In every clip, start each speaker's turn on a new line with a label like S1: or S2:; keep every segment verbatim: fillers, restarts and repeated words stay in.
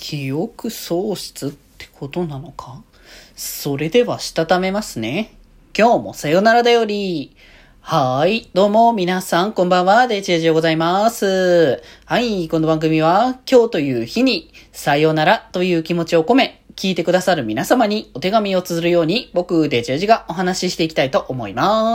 S1: 記憶喪失ってことなのか。それではしたためますね。今日もさよならだより。はい。どうも皆さんこんばんは。デジェジでございます。はい。この番組は今日という日にさよならという気持ちを込め、聞いてくださる皆様にお手紙を綴るように僕デジェジがお話ししていきたいと思います。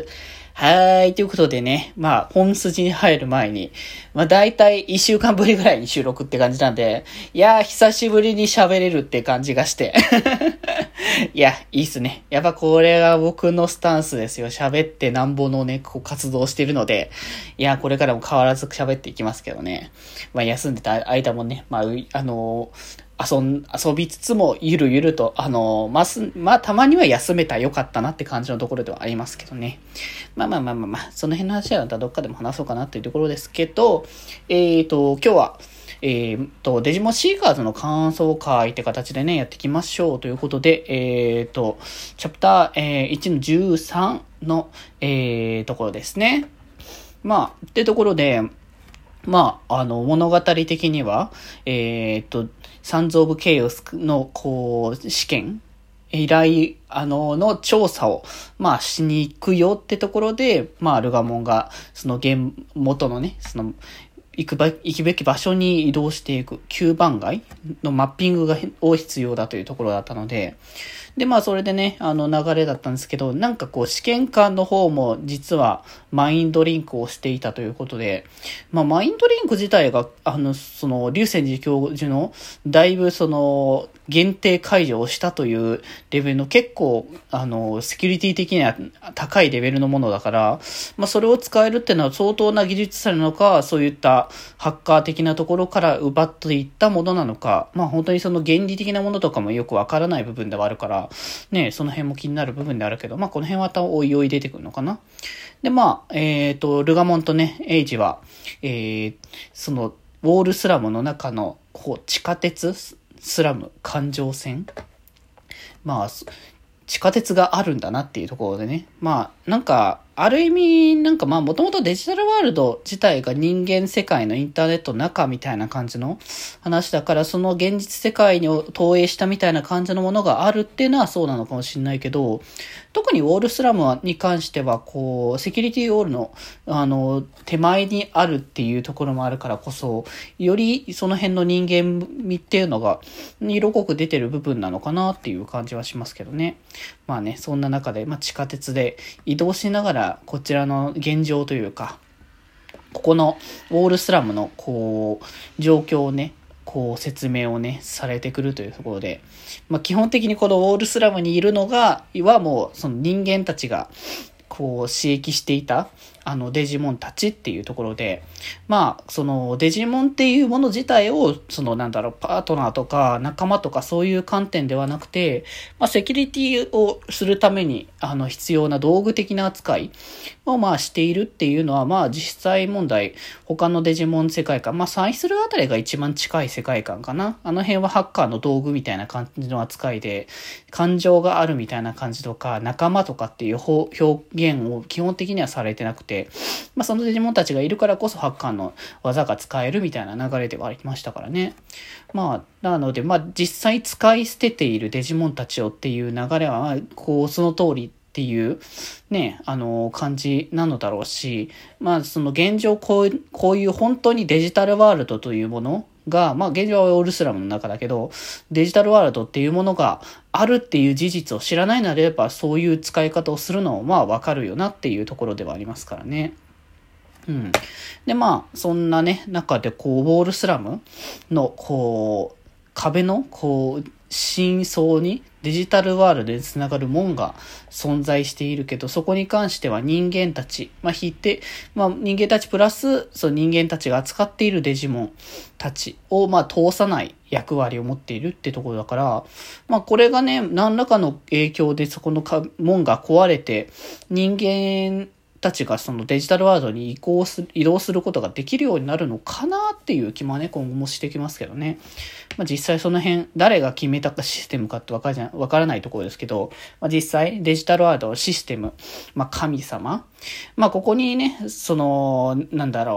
S1: はーい。ということでね、まあ、本筋に入る前に、まあ、だいたいいっしゅうかんぶりぐらいに収録って感じなんで、いやー、久しぶりに喋れるって感じがして。いや、いいっすね。やっぱこれが僕のスタンスですよ。喋ってなんぼのね、こう活動してるので、いや、これからも変わらず喋っていきますけどね。まあ、休んでた間もね、まあ、あのー、遊ん、遊びつつもゆるゆると、あのー、まあ、す、まあ、たまには休めたらよかったなって感じのところではありますけどね。まあまあまあまあまあ、その辺の話はまたどっかでも話そうかなっていうところですけど、えーと、今日は、えーと、デジモンシーカーズの感想会って形でね、やっていきましょうということで、えーと、チャプター、えー、いちのじゅうさんの、えー、ところですね。まあ、ってところで、まあ、あの、物語的には、えっと、サンズ・オブ・ケイオスの、こう、試験、依頼、あの、の調査を、まあ、しに行くよってところで、まあ、ルガモンが、その、現、元のね、その、行くば、行くべき場所に移動していく、旧番街のマッピングが、を必要だというところだったので、で、まあ、それでね、あの、流れだったんですけど、なんかこう、試験官の方も、実は、マインドリンクをしていたということで、まあ、マインドリンク自体が、あの、その、竜泉寺教授の、だいぶ、その、限定解除をしたというレベルの結構、あの、セキュリティ的には高いレベルのものだから、まあ、それを使えるっていうのは相当な技術者なのか、そういったハッカー的なところから奪っていったものなのか、まあ、本当にその原理的なものとかもよくわからない部分ではあるから、ね、その辺も気になる部分であるけど、まあ、この辺はまたおいおい出てくるのかな。で、まあ、えっと、ルガモンとね、エイジは、えー、その、ウォールスラムの中の、こう、地下鉄スラム環状線、まあ、地下鉄があるんだなっていうところでね。まあ、なんか、ある意味、なんかまあ、もともとデジタルワールド自体が人間世界のインターネットの中みたいな感じの話だから、その現実世界に投影したみたいな感じのものがあるっていうのはそうなのかもしれないけど、特にウォールスラムに関しては、こう、セキュリティウォールの、あの、手前にあるっていうところもあるからこそ、よりその辺の人間味っていうのが、色濃く出てる部分なのかなっていう感じはしますけどね。まあね、そんな中で、まあ地下鉄で移動しながら、こちらの現状というか、ここのウォールスラムの、こう、状況をね、こう説明をね、されてくるというところで、まあ基本的にこのウォールスラムにいるのが、はもうその人間たちが、こう刺激していた、あのデジモンたちっていうところで、まあ、そのデジモンっていうもの自体を、そのなんだろう、パートナーとか仲間とかそういう観点ではなくて、まあ、セキュリティをするために、あの、必要な道具的な扱いを、まあ、しているっていうのは、まあ、実際問題、他のデジモン世界観、まあ、サイスルあたりが一番近い世界観かな。あの辺はハッカーの道具みたいな感じの扱いで、感情があるみたいな感じとか、仲間とかっていう表現を基本的にはされてなくて、まあ、そのデジモンたちがいるからこそハッカーの技が使えるみたいな流れではありましたからね。まあ、なので、まあ、実際使い捨てているデジモンたちをっていう流れは、まあ、こう、その通りっていう、ね、あの、感じなのだろうし、まあ、その現状こう、こういう本当にデジタルワールドというものが、まあ、現状はオールスラムの中だけど、デジタルワールドっていうものがあるっていう事実を知らないなられば、そういう使い方をするのも、まあ、わかるよなっていうところではありますからね。うん。で、まあ、そんなね、中で、こう、ウォールスラムの、こう、壁の、こう、真相にデジタルワールドでつながる門が存在しているけど、そこに関しては人間たち、まあ、引いて、まあ、人間たちプラス、その人間たちが扱っているデジモンたちを、まあ、通さない役割を持っているってところだから、まあ、これがね、何らかの影響でそこの門が壊れて、人間、たちがそのデジタルワールドに移行する、移動することができるようになるのかなっていう気もね、今後もしてきますけどね。まあ実際その辺、誰が決めたかシステムかってわかるわからないところですけど、まあ実際デジタルワールドのシステム、まあ神様、まあここにね、その、なんだろう、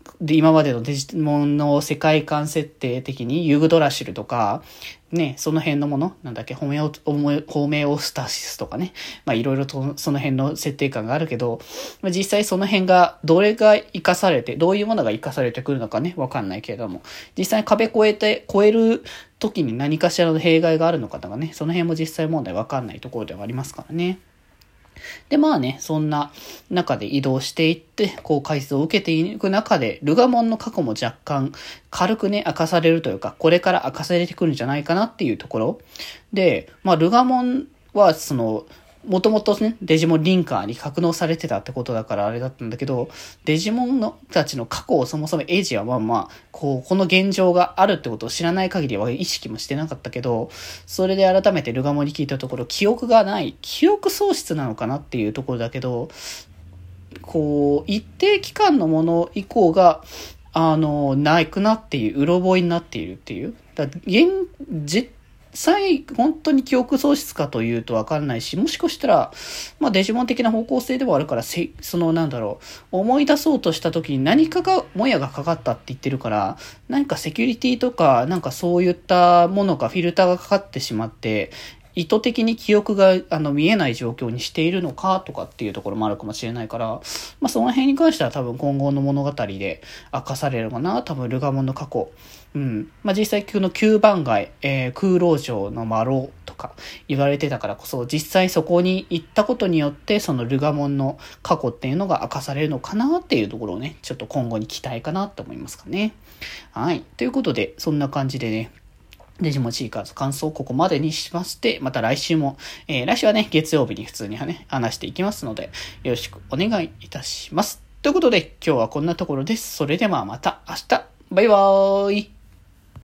S1: で、今までのデジモンの世界観設定的にユグドラシルとか、ね、その辺のもの、なんだっけ、ホメオ、ホメオスタシスとかね、まあいろいろとその辺の設定感があるけど、まあ、実際その辺が、どれが活かされて、どういうものが活かされてくるのかね、わかんないけれども、実際に壁越えて、越える時に何かしらの弊害があるのかとかね、その辺も実際問題わかんないところではありますからね。で、まあね、そんな中で移動していって、こう回数を受けていく中で、ルガモンの過去も若干軽くね、明かされるというか、これから明かされてくるんじゃないかなっていうところ。で、まあ、ルガモンは、その、もともとね、デジモンリンカーに格納されてたってことだからあれだったんだけど、デジモンのたちの過去をそもそもエイジはまあまあ、こう、この現状があるってことを知らない限りは意識もしてなかったけど、それで改めてルガモンに聞いたところ、記憶がない、記憶喪失なのかなっていうところだけど、こう、一定期間のもの以降が、あの、なくなっている、うろ覚えになっているっていう。だ現実際、本当に記憶喪失かというと分かんないし、もしかしたら、まあデジモン的な方向性ではあるから、せそのなんだろう、思い出そうとした時に何かが、もやがかかったって言ってるから、何かセキュリティとか、なんかそういったものがフィルターがかかってしまって、意図的に記憶があの見えない状況にしているのかとかっていうところもあるかもしれないから、まあその辺に関しては多分今後の物語で明かされるかな。多分ルガモンの過去。うん。まあ実際この九番街、えー、空老城の魔郎とか言われてたからこそ、実際そこに行ったことによってそのルガモンの過去っていうのが明かされるのかなっていうところをね、ちょっと今後に期待かなと思いますかね。はい。ということで、そんな感じでね、デジモンチーカーズ感想をここまでにしまして、また来週も、えー、来週はね、月曜日に普通にね、話していきますので、よろしくお願いいたします。ということで、今日はこんなところです。それではまた明日。バイバーイ。